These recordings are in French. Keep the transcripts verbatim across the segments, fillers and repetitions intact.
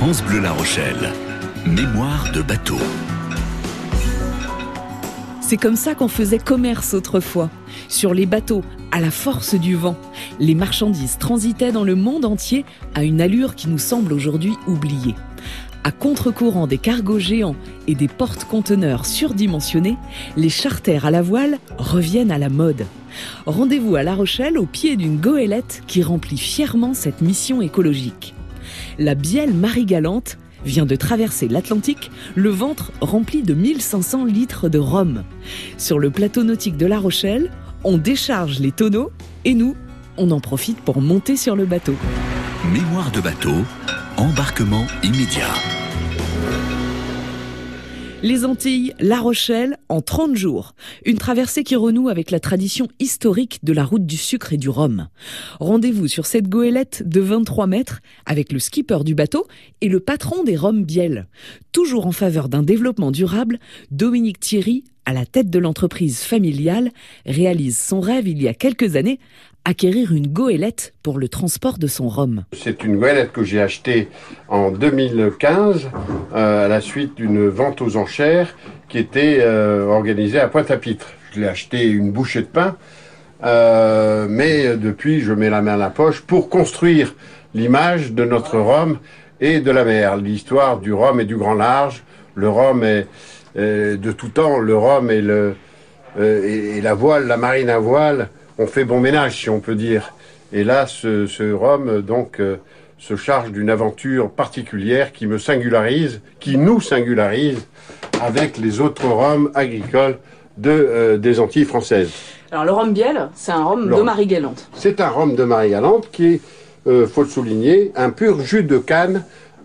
France Bleu La Rochelle, mémoire de bateau. C'est comme ça qu'on faisait commerce autrefois. Sur les bateaux, à la force du vent, les marchandises transitaient dans le monde entier à une allure qui nous semble aujourd'hui oubliée. À contre-courant des cargos géants et des porte-conteneurs surdimensionnés, les charters à la voile reviennent à la mode. Rendez-vous à La Rochelle au pied d'une goélette qui remplit fièrement cette mission écologique. La Bielle Marie-Galante vient de traverser l'Atlantique, le ventre rempli de mille cinq cents litres de rhum. Sur le plateau nautique de La Rochelle, on décharge les tonneaux et nous, on en profite pour monter sur le bateau. Mémoire de bateau, embarquement immédiat. Les Antilles, La Rochelle, en trente jours. Une traversée qui renoue avec la tradition historique de la route du sucre et du rhum. Rendez-vous sur cette goélette de vingt-trois mètres avec le skipper du bateau et le patron des rhums Bielle. Toujours en faveur d'un développement durable, Dominique Thierry, à la tête de l'entreprise familiale, réalise son rêve il y a quelques années, acquérir une goélette pour le transport de son rhum. C'est une goélette que j'ai achetée en deux mille quinze euh, à la suite d'une vente aux enchères qui était euh, organisée à Pointe-à-Pitre. Je l'ai acheté une bouchée de pain, euh, mais depuis je mets la main à la poche pour construire l'image de notre rhum et de la mer, l'histoire du rhum et du grand large. Le rhum est euh, de tout temps, le rhum et, le, euh, et, et la voile, la marine à voile, on fait bon ménage, si on peut dire. Et là, ce, ce rhum, donc, euh, se charge d'une aventure particulière qui me singularise, qui nous singularise avec les autres rhums agricoles de, euh, des Antilles françaises. Alors, le rhum Bielle, c'est un rhum le, de Marie-Galante. C'est un rhum de Marie-Galante qui est, euh, faut le souligner, un pur jus de canne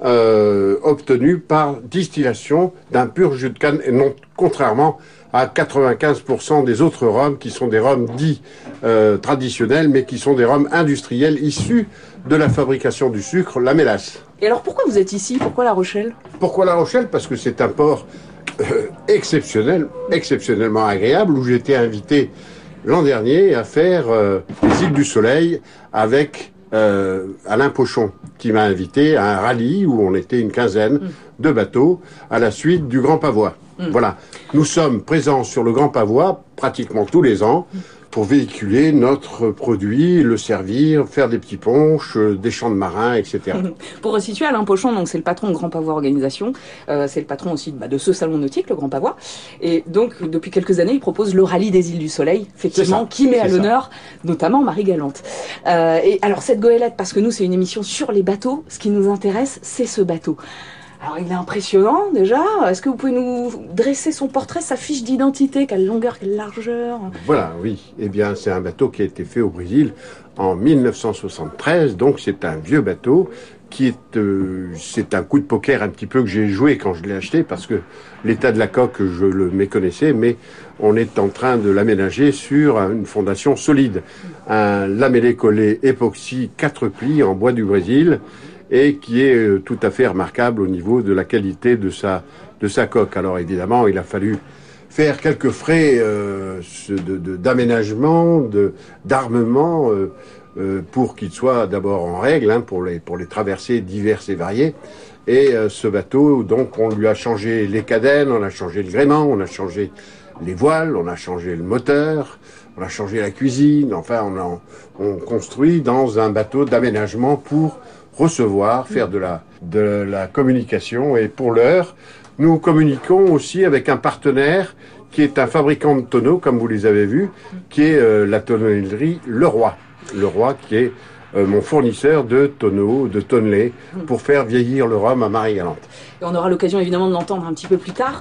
euh, obtenu par distillation d'un pur jus de canne, et non contrairement à quatre-vingt-quinze pour cent des autres rhums qui sont des rhums dits euh, traditionnels, mais qui sont des rhums industriels issus de la fabrication du sucre, la mélasse. Et alors pourquoi vous êtes ici? Pourquoi La Rochelle? Pourquoi La Rochelle? Parce que c'est un port euh, exceptionnel, exceptionnellement agréable, où j'ai été invité l'an dernier à faire euh, les îles du Soleil avec euh, Alain Pochon, qui m'a invité à un rallye où on était une quinzaine mmh. de bateaux à la suite du Grand Pavois. Mmh. Voilà, nous sommes présents sur le Grand Pavois pratiquement tous les ans pour véhiculer notre produit, le servir, faire des petits punchs, euh, des chants de marins, et cetera. Pour resituer, Alain Pochon, donc c'est le patron de Grand Pavois Organisation, euh, c'est le patron aussi bah, de ce salon nautique, le Grand Pavois, et donc depuis quelques années, il propose le rallye des îles du Soleil, effectivement, ça, qui met à l'honneur notamment Marie-Galante. Euh, et alors cette goélette, parce que nous c'est une émission sur les bateaux, ce qui nous intéresse, c'est ce bateau. Alors il est impressionnant déjà, est-ce que vous pouvez nous dresser son portrait, sa fiche d'identité, quelle longueur, quelle largeur? Voilà, oui, eh bien c'est un bateau qui a été fait au Brésil en mille neuf cent soixante-treize, donc c'est un vieux bateau qui est, euh, c'est un coup de poker un petit peu que j'ai joué quand je l'ai acheté, parce que l'état de la coque je le méconnaissais, mais on est en train de l'aménager sur une fondation solide, un lamellé collé époxy quatre plis en bois du Brésil, et qui est tout à fait remarquable au niveau de la qualité de sa, de sa coque. Alors évidemment, il a fallu faire quelques frais euh, de, de, d'aménagement, de, d'armement, euh, euh, pour qu'il soit d'abord en règle, hein, pour, les, pour les traversées diverses et variées. Et euh, ce bateau, donc, on lui a changé les cadènes, on a changé le gréement, on a changé les voiles, on a changé le moteur, on a changé la cuisine. Enfin, on, a, on construit dans un bateau d'aménagement pour recevoir, faire de la, de la communication. Et pour l'heure, nous communiquons aussi avec un partenaire qui est un fabricant de tonneaux, comme vous les avez vus, qui est euh, la tonnellerie Leroy. Leroy qui est euh, mon fournisseur de tonneaux, de tonnelés, pour faire vieillir le rhum à Marie-Galante. Et on aura l'occasion évidemment de l'entendre un petit peu plus tard.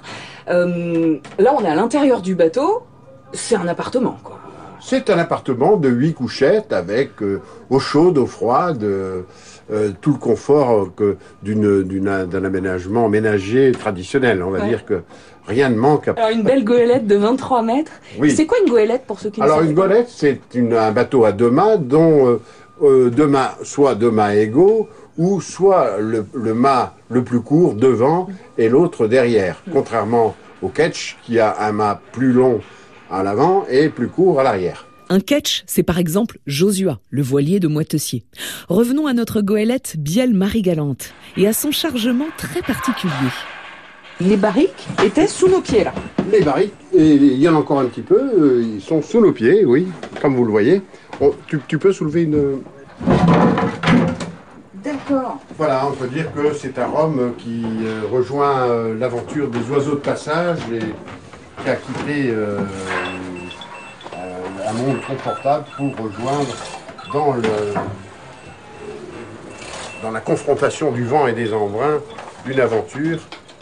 Euh, là, on est à l'intérieur du bateau. C'est un appartement, quoi. C'est un appartement de huit couchettes avec euh, eau chaude, eau froide, euh, euh, tout le confort que d'une, d'une, d'un aménagement ménager traditionnel. On va ouais. dire que rien ne manque. À... Alors une belle goélette de vingt-trois mètres. Oui. C'est quoi une goélette pour ceux qui ne savent pas? Alors une goélette, c'est une, un bateau à deux mâts dont euh, euh, deux mâts, soit deux mâts égaux, ou soit le, le mât le plus court devant et l'autre derrière. Mmh. Contrairement au ketch qui a un mât plus long à l'avant et plus court à l'arrière. Un ketch, c'est par exemple Josua, le voilier de Moitessier. Revenons à notre goélette Bielle Marie-Galante et à son chargement très particulier. Les barriques étaient sous nos pieds là. Les barriques, et il y en a encore un petit peu, ils sont sous nos pieds, oui, comme vous le voyez. On, tu, tu peux soulever une... D'accord. Voilà, on peut dire que c'est un rhum qui euh, rejoint euh, l'aventure des oiseaux de passage et qui a quitté euh, euh, un monde confortable pour rejoindre dans, le, dans la confrontation du vent et des embruns une aventure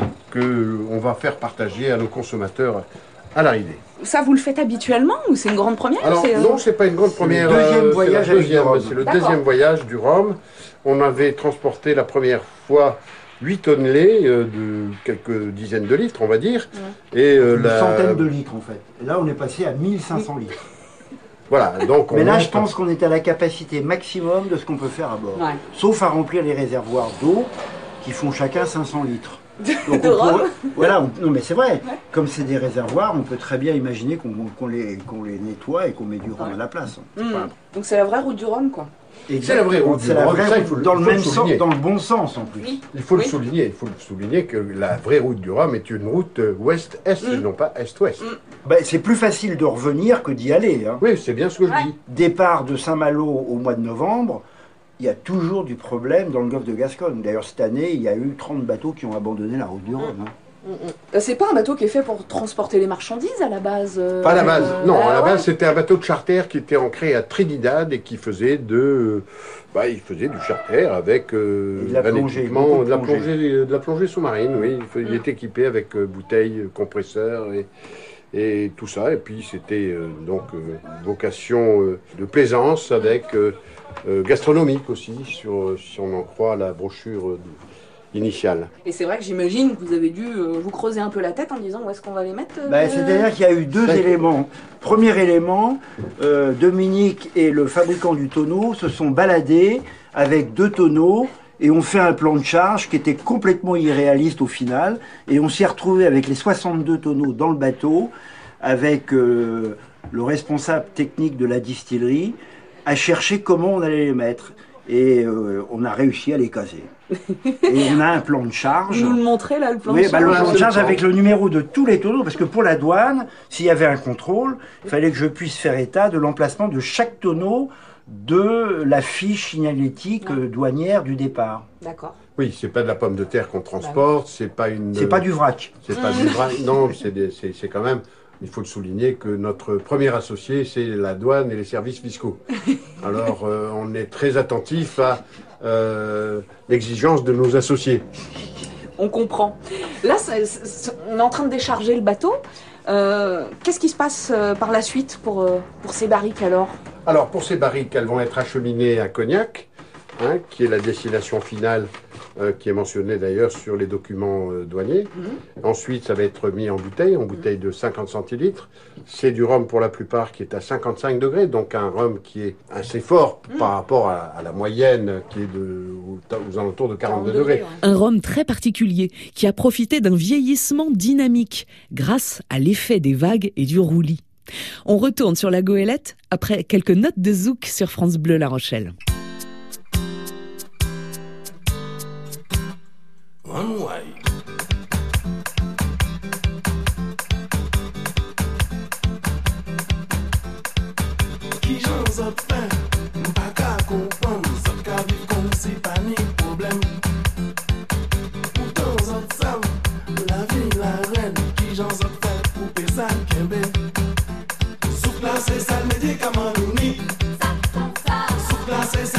qu'on va faire partager à nos consommateurs à l'arrivée. Ça, vous le faites habituellement ou c'est une grande première? Alors c'est, euh... non, c'est pas une grande première. C'est le deuxième euh, voyage c'est la avec deuxième, du rhum. c'est le D'accord. deuxième voyage du rhum. On avait transporté la première fois huit tonnes lait euh, de quelques dizaines de litres, on va dire. Ouais. Et euh, Une la... centaine de litres en fait. Et là, on est passé à mille cinq cents litres. Voilà, donc on Mais là, monte. je pense qu'on est à la capacité maximum de ce qu'on peut faire à bord. Ouais. Sauf à remplir les réservoirs d'eau qui font chacun cinq cents litres. Donc, De on rhum pourrait- voilà, on- non mais c'est vrai. Comme c'est des réservoirs, on peut très bien imaginer qu'on qu'on les, qu'on les nettoie et qu'on met du rhum Ouais. à la place. C'est Mmh. pas- Donc c'est la vraie route du Rhum, quoi. C'est la vraie route du C'est la Rhum, vraie ça, il route faut le- dans il le faut le même sens, souligner. dans le bon sens en plus. Oui. Il faut Oui. le souligner, il faut le souligner que la vraie route du Rhum est une route euh, ouest-est, Mm. et non pas est-ouest. Mm. Ben, c'est plus facile de revenir que d'y aller. Hein. Oui, c'est bien ce que je Ouais. dis. Départ de Saint-Malo au mois de novembre, il y a toujours du problème dans le golfe de Gascogne. D'ailleurs, cette année, il y a eu trente bateaux qui ont abandonné la route du Rhum. hein. Euh, C'est pas un bateau qui est fait pour transporter les marchandises à la base euh, Pas à la base, euh, non, à ah la ouais. base c'était un bateau de charter qui était ancré à Trinidad et qui faisait de, bah, il faisait du charter avec euh, Et de la un plongée, équipement, beaucoup de de la plongée. plongée, de la plongée sous-marine, oui, il, fa- il Mm. était équipé avec euh, bouteilles, euh, compresseurs et, et tout ça, et puis c'était euh, donc euh, vocation euh, de plaisance avec euh, euh, gastronomique aussi, sur, si on en croit la brochure euh, initiale. Et c'est vrai que j'imagine que vous avez dû euh, vous creuser un peu la tête en disant où est-ce qu'on va les mettre euh, Ben, C'est-à-dire qu'il y a eu deux Ça- éléments. Premier élément, euh, Dominique et le fabricant du tonneau se sont baladés avec deux tonneaux et ont fait un plan de charge qui était complètement irréaliste au final. Et on s'y est retrouvé avec les soixante-deux tonneaux dans le bateau, avec euh, le responsable technique de la distillerie, à chercher comment on allait les mettre. Et euh, on a réussi à les caser. Et on a un plan de charge. Vous nous le montrez là, le plan Oui, de bah, le charge plan de c'est charge le plan. avec le numéro de tous les tonneaux, parce que pour la douane, s'il y avait un contrôle, il fallait que je puisse faire état de l'emplacement de chaque tonneau de la fiche signalétique euh, douanière du départ. D'accord. Oui, c'est pas de la pomme de terre qu'on transporte, c'est pas une... C'est pas du vrac. C'est pas du vrai. Non, c'est des- c'est c'est quand même. Il faut le souligner que notre premier associé, c'est la douane et les services fiscaux. Alors, euh, on est très attentif à euh, l'exigence de nos associés. On comprend. Là, ça- ça- on est en train de décharger le bateau. Euh, Qu'est-ce qui se passe euh, par la suite pour, euh, pour ces barriques alors? Alors, pour ces barriques, elles vont être acheminées à Cognac, hein, qui est la destination finale, euh, qui est mentionnée d'ailleurs sur les documents euh, douaniers. Mhm. Ensuite, ça va être mis en bouteille, en bouteille de cinquante centilitres. C'est du rhum pour la plupart qui est à cinquante-cinq degrés, donc un rhum qui est assez fort Mhm. par rapport à, à la moyenne qui est de, aux, aux alentours de quarante-deux degrés. ouais. Un rhum très particulier qui a profité d'un vieillissement dynamique grâce à l'effet des vagues et du roulis. On retourne sur la goélette après quelques notes de zouk sur France Bleu La Rochelle. One way. Ki jan zot fè, mpa ka kompon, zot ka viv kon si pa ni problem. Poutan zot sav, la vi la ren, ki jan zot fè pou pe sa kembe. Souk la se sal medikaman nou ni, souk la se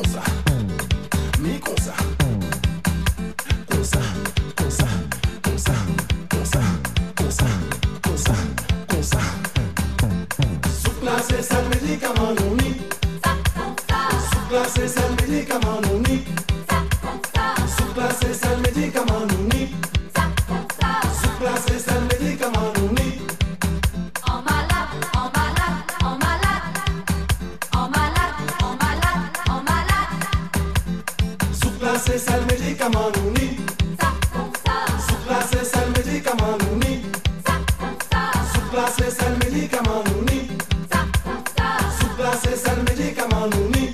ça, mi comme ça, comme ça, comme ça, comme ça, comme ça, comme ça, comme ça, comme ça. Soupe là c'est ça le médicament non ni. Soupe là c'est ça le médicament non ni. Soupe là c'est ça le médicament non ni. Soupe là c'est ça le médicament non ni. En malade, en malade, en malade, en malade, en malade, en malade. Soupe là c'est ça le médicament non ni. Soupe là c'est ça le médicament non ni. Soupe là c'est ça le médicament non ni. Soupe là c'est ça le médicament non ni.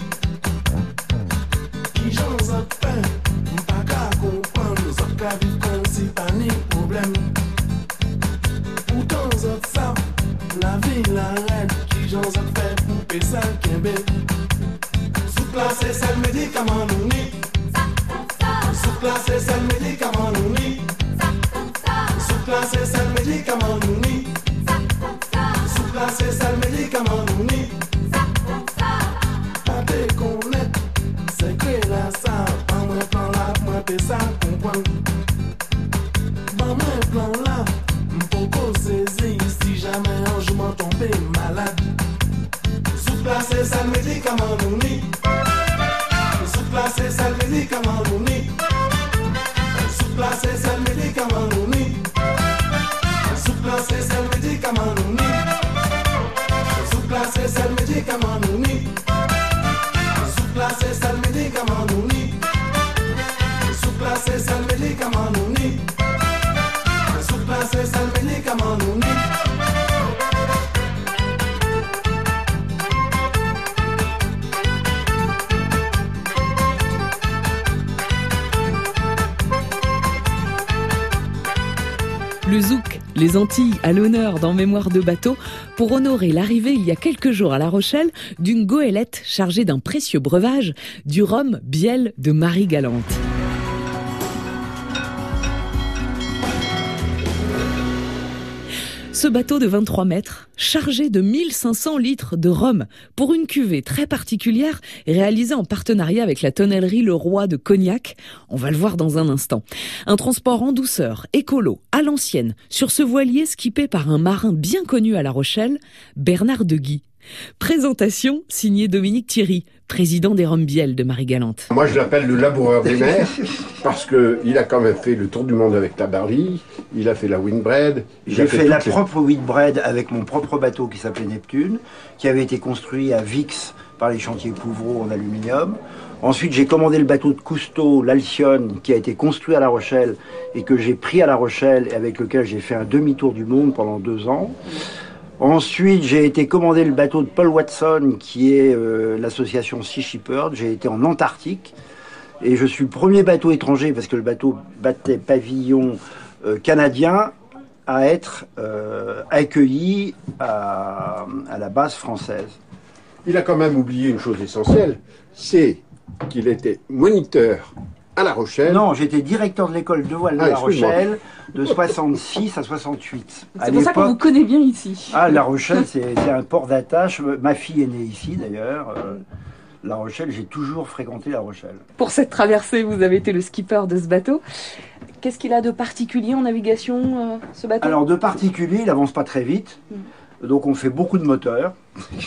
Qui j'en ai faim, m'pas qu'à comprendre, zot qu'à vivre comme si pas ni problème. Pourtant zot ça, la vie la reine, qui j'en ai fait pour payer ça qu'embé. Soupe là c'est ça le médicament non ni. Soupe là c'est ça le médicament non ni. Soupe là c'est ça le médicament non ni. Soupe là c'est ça le médicament non ni. Pas te connaître, c'est que là ça, pas moins plan là, moins payer ça comprendre. Pas moins plan là, m'poko saisir si jamais un jour m'en tomber malade. Soupe là c'est ça le médicament non ni. Soupe là c'est ça le médicament non ni. Soupe là c'est ça le médicament non ni. Soupe là c'est ça le médicament non ni. Soupe là c'est ça le médicament non ni. Soupe là c'est ça le médicament non ni. Soupe là c'est ça le médicament non ni. Soupe là c'est ça le médicament non ni. Le zouk, les Antilles à l'honneur dans Mémoire de bateau pour honorer l'arrivée il y a quelques jours à La Rochelle d'une goélette chargée d'un précieux breuvage, du rhum Biel de Marie-Galante. Ce bateau de vingt-trois mètres, chargé de mille cinq cents litres de rhum pour une cuvée très particulière réalisée en partenariat avec la tonnellerie Le Roi de Cognac. On va le voir dans un instant. Un transport en douceur, écolo, à l'ancienne, sur ce voilier skippé par un marin bien connu à La Rochelle, Bernard Deguy. Présentation signée Dominique Thierry, président des Rhums Biel de Marie-Galante. Moi, je l'appelle le laboureur des mers parce qu'il a quand même fait le tour du monde avec la barley, il a fait la Windbread. J'ai fait, fait la les... propre Windbread avec mon propre bateau qui s'appelait Neptune, qui avait été construit à Vix par les chantiers Pouvreau en aluminium. Ensuite, j'ai commandé le bateau de Cousteau, l'Alcyone, qui a été construit à La Rochelle et que j'ai pris à La Rochelle et avec lequel j'ai fait un demi-tour du monde pendant deux ans. Ensuite, j'ai été commander le bateau de Paul Watson, qui est euh, l'association Sea Shepherd. J'ai été en Antarctique et je suis le premier bateau étranger, parce que le bateau battait pavillon euh, canadien, à être euh, accueilli à, à la base française. Il a quand même oublié une chose essentielle, c'est qu'il était moniteur à La Rochelle. Non, j'étais directeur de l'école de voile de ah, La Rochelle de soixante-six à soixante-huit. C'est pour ça qu'on vous connaît bien ici. Ah, La Rochelle, c'est un port d'attache. Ma fille est née ici d'ailleurs. Euh, La Rochelle, j'ai toujours fréquenté La Rochelle. Pour cette traversée, vous avez été le skipper de ce bateau. Qu'est-ce qu'il a de particulier en navigation, euh, ce bateau? Alors, de particulier, il avance pas très vite. Mm. Donc, on fait beaucoup de moteurs.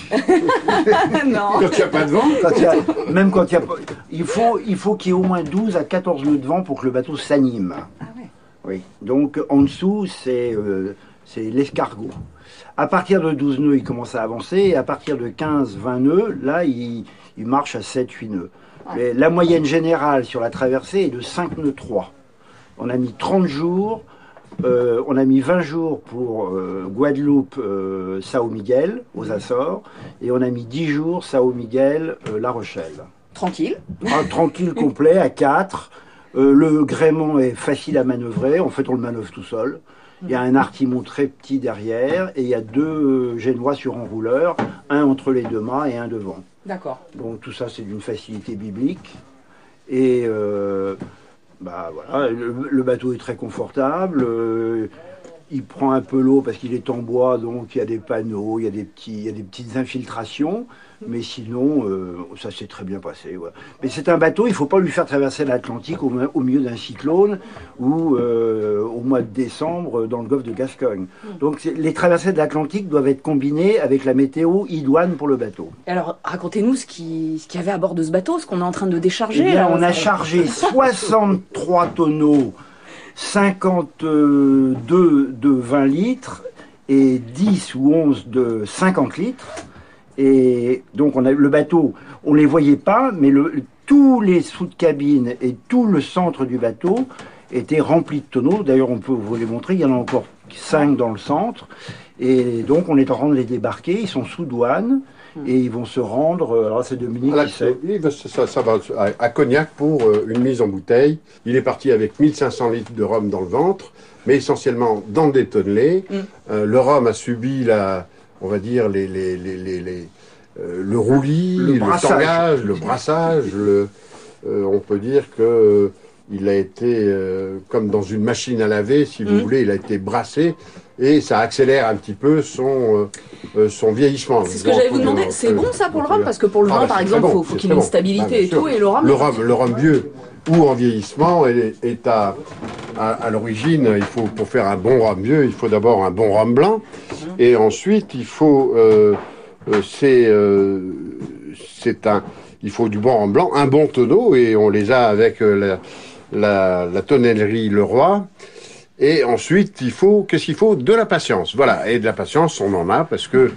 Non. Quand il n'y a pas de vent quand il y a, Même quand il y a pas... Il faut, il faut qu'il y ait au moins douze à quatorze nœuds de vent pour que le bateau s'anime. Ah ouais. Oui. Donc, en dessous, c'est euh, l'escargot. À partir de douze nœuds, il commence à avancer. Et à partir de quinze vingt nœuds, là, il, il marche à sept huit nœuds. Ouais. Mais la moyenne générale sur la traversée est de cinq nœuds trois. On a mis trente jours. Euh, on a mis vingt jours pour euh, Guadeloupe, euh, Sao Miguel, aux Açores, et on a mis dix jours Sao Miguel, euh, La Rochelle. Tranquille. Ah, tranquille, complet, à quatre. Euh, le gréement est facile à manœuvrer, en fait on le manœuvre tout seul. Il y a un artimon très petit derrière, et il y a deux euh, génois sur enrouleur, un entre les deux mâts et un devant. D'accord. Donc tout ça c'est d'une facilité biblique. Et... Euh, Bah voilà, le, le bateau est très confortable, euh, il prend un peu l'eau parce qu'il est en bois, donc il y a des panneaux, il y a des, petits, il y a des petites infiltrations, mais sinon, euh, ça s'est très bien passé. Voilà. Mais c'est un bateau, il ne faut pas lui faire traverser l'Atlantique au, au milieu d'un cyclone ou euh, au mois de décembre dans le golfe de Gascogne. Donc les traversées de l'Atlantique doivent être combinées avec la météo idoine pour le bateut. Alors, racontez-nous ce qui- ce qu'il y avait à bord de ce bateau, ce qu'on est en train de décharger. Eh bien, là. on a chargé soixante-trois tonneaux, cinquante-deux de vingt litres et dix ou onze de cinquante litres. Et donc on a le bateau, on ne les voyait pas, mais le, tous les sous de cabine et tout le centre du bateau étaient remplis de tonneaux. D'ailleurs, on peut vous les montrer, il y en a encore cinq dans le centre. Et donc on est en train de les débarquer, ils sont sous douane. Et ils vont se rendre, alors c'est Dominique À la- qui sait. il va- ça, ça va à, à Cognac pour euh, une mise en bouteille. Il est parti avec mille cinq cents litres de rhum dans le ventre, mais essentiellement dans des tonnelés. Mm. Euh, le rhum a subi la, on va dire les, les, les, les, les, euh, le roulis, Le le, brassage. tangage, le brassage. le, euh, on peut dire que euh, il a été euh, comme dans une machine à laver, si vous Mm. voulez, il a été brassé. Et ça accélère un petit peu son, euh, euh, son vieillissement. C'est ce que j'allais vous demander. C'est bon ça pour le rhum? Parce que pour le Ah, vin, bah, par c'est exemple, très il bon, faut, faut c'est qu'il ait très une bon. stabilité Ah, bien et sûr. tout. Et le rhum, Le il- rhum, le rhum vieux ou en vieillissement est, est à, à, à l'origine, il faut, pour faire un bon rhum vieux, il faut d'abord un bon rhum blanc. Et ensuite, il faut, euh, euh, c'est, euh, c'est un, il faut du bon rhum blanc, un bon tonneau, et on les a avec euh, la, la, la tonnellerie Leroy. Et ensuite, il faut, qu'est-ce qu'il faut? De la patience. Voilà. Et de la patience, on en a parce que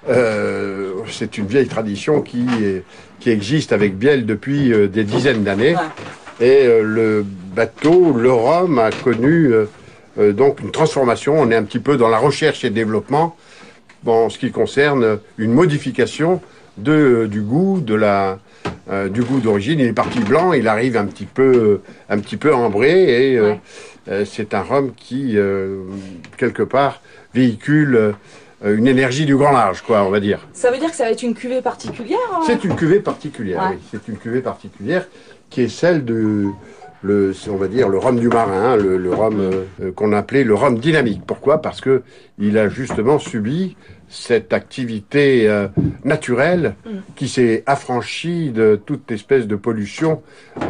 euh, c'est une vieille tradition qui, est- qui existe avec Biel depuis euh, des dizaines d'années. Ouais. Et euh, le bateau, le rhum, a connu euh, euh, donc une transformation. On est un petit peu dans la recherche et développement en ce qui concerne une modification de, euh, du goût, de la, euh, du goût d'origine. Il est parti blanc, il arrive un petit peu, un petit peu ambré et euh, Ouais. euh, c'est un rhum qui, euh, quelque part, véhicule euh, une énergie du grand large, quoi, on va dire. Ça veut dire que ça va être une cuvée particulière hein C'est une cuvée particulière, Ouais. oui. C'est une cuvée particulière qui est celle de, le, c'est, on va dire, le rhum du marin, hein, le, le rhum euh, qu'on appelait le rhum dynamique. Pourquoi? Parce que il a justement subi cette activité euh, naturelle Mm. qui s'est affranchie de toute espèce de pollution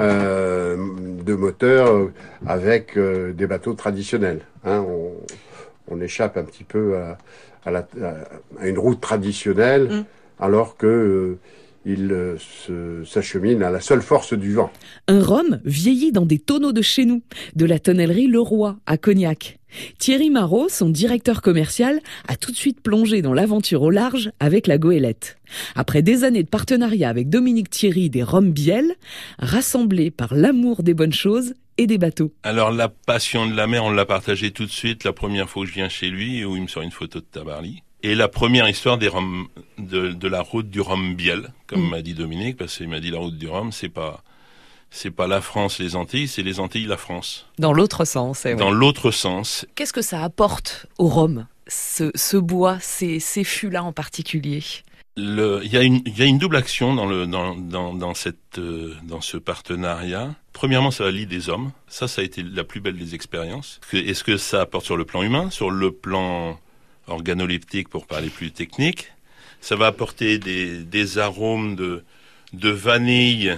euh, de moteur euh, avec euh, des bateaux traditionnels. Hein. On, on échappe un petit peu à, à, la, à une route traditionnelle, Mm. alors que euh, il euh, se- s'achemine à la seule force du vent. Un rhum vieilli dans des tonneaux de chez nous, de la tonnellerie Leroy à Cognac. Thierry Marot, son directeur commercial, a tout de suite plongé dans l'aventure au large avec la goélette. Après des années de partenariat avec Dominique Thierry des Rhums Biel, rassemblés par l'amour des bonnes choses et des bateaux. Alors la passion de la mer, on l'a partagée tout de suite la première fois que je viens chez lui, où il me sort une photo de Tabarly. Et la première histoire des rhums, de, de la route du rhum Biel, comme Mm. m'a dit Dominique, parce qu'il m'a dit la route du rhum, c'est pas, c'est pas la France, les Antilles, c'est les Antilles, la France. Dans l'autre sens, eh oui. Dans l'autre sens. Qu'est-ce que ça apporte au rhum, ce, ce bois, ces, ces fûts-là en particulier? Le, il y a une, il y a une double action dans le, dans, dans, dans cette, euh, dans ce partenariat. Premièrement, ça va lier des hommes. Ça, ça a été la plus belle des expériences. Que- Est-ce que ça apporte sur le plan humain, sur le plan organoleptique, pour parler plus technique? Ça va apporter des, des arômes de, de vanille,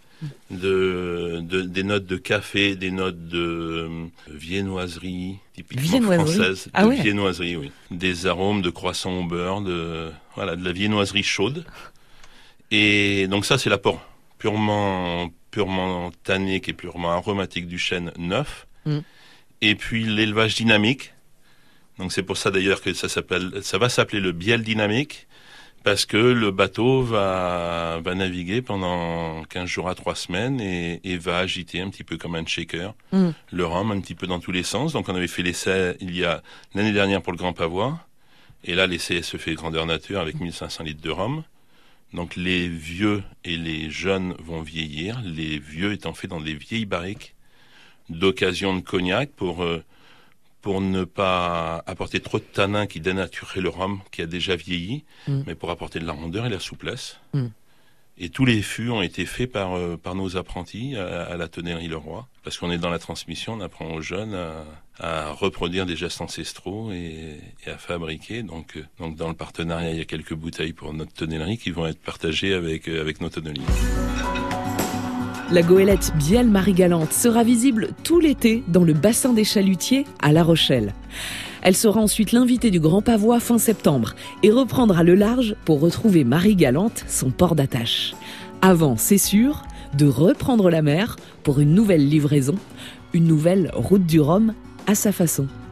de, de, des notes de café, des notes de euh, viennoiserie, typiquement Viennoiserie française. Ah de ouais. viennoiserie, oui. Des arômes de croissant au beurre, de, voilà, de la viennoiserie chaude. Et donc ça, c'est l'apport purement, purement tannique et purement aromatique du chêne neuf. Mm. Et puis l'élevage dynamique. Donc c'est pour ça d'ailleurs que ça s'appelle, ça va s'appeler le biel dynamique, parce que le bateau va, va naviguer pendant quinze jours à trois semaines et, et va agiter un petit peu comme un shaker, Mm. le rhum un petit peu dans tous les sens. Donc on avait fait l'essai il y a l'année dernière pour le Grand Pavois, et là l'essai se fait grandeur nature avec mille cinq cents litres de rhum. Donc les vieux et les jeunes vont vieillir, les vieux étant faits dans des vieilles barriques d'occasion de cognac pour euh, pour ne pas apporter trop de tanins qui dénatureraient le rhum qui a déjà vieilli, Mm. mais pour apporter de la rondeur et de la souplesse. Mm. Et tous les fûts ont été faits par euh, par nos apprentis à, à la tonnellerie Leroy, parce qu'on est dans la transmission, on apprend aux jeunes à, à reproduire des gestes ancestraux et, et à fabriquer. Donc, euh, donc dans le partenariat, il y a quelques bouteilles pour notre tonnellerie qui vont être partagées avec, euh, avec nos tonneliers. La goélette Bielle Marie-Galante sera visible tout l'été dans le bassin des Chalutiers à La Rochelle. Elle sera ensuite l'invitée du Grand Pavois fin septembre et reprendra le large pour retrouver Marie-Galante, son port d'attache. Avant, c'est sûr, de reprendre la mer pour une nouvelle livraison, une nouvelle route du Rhum à sa façon.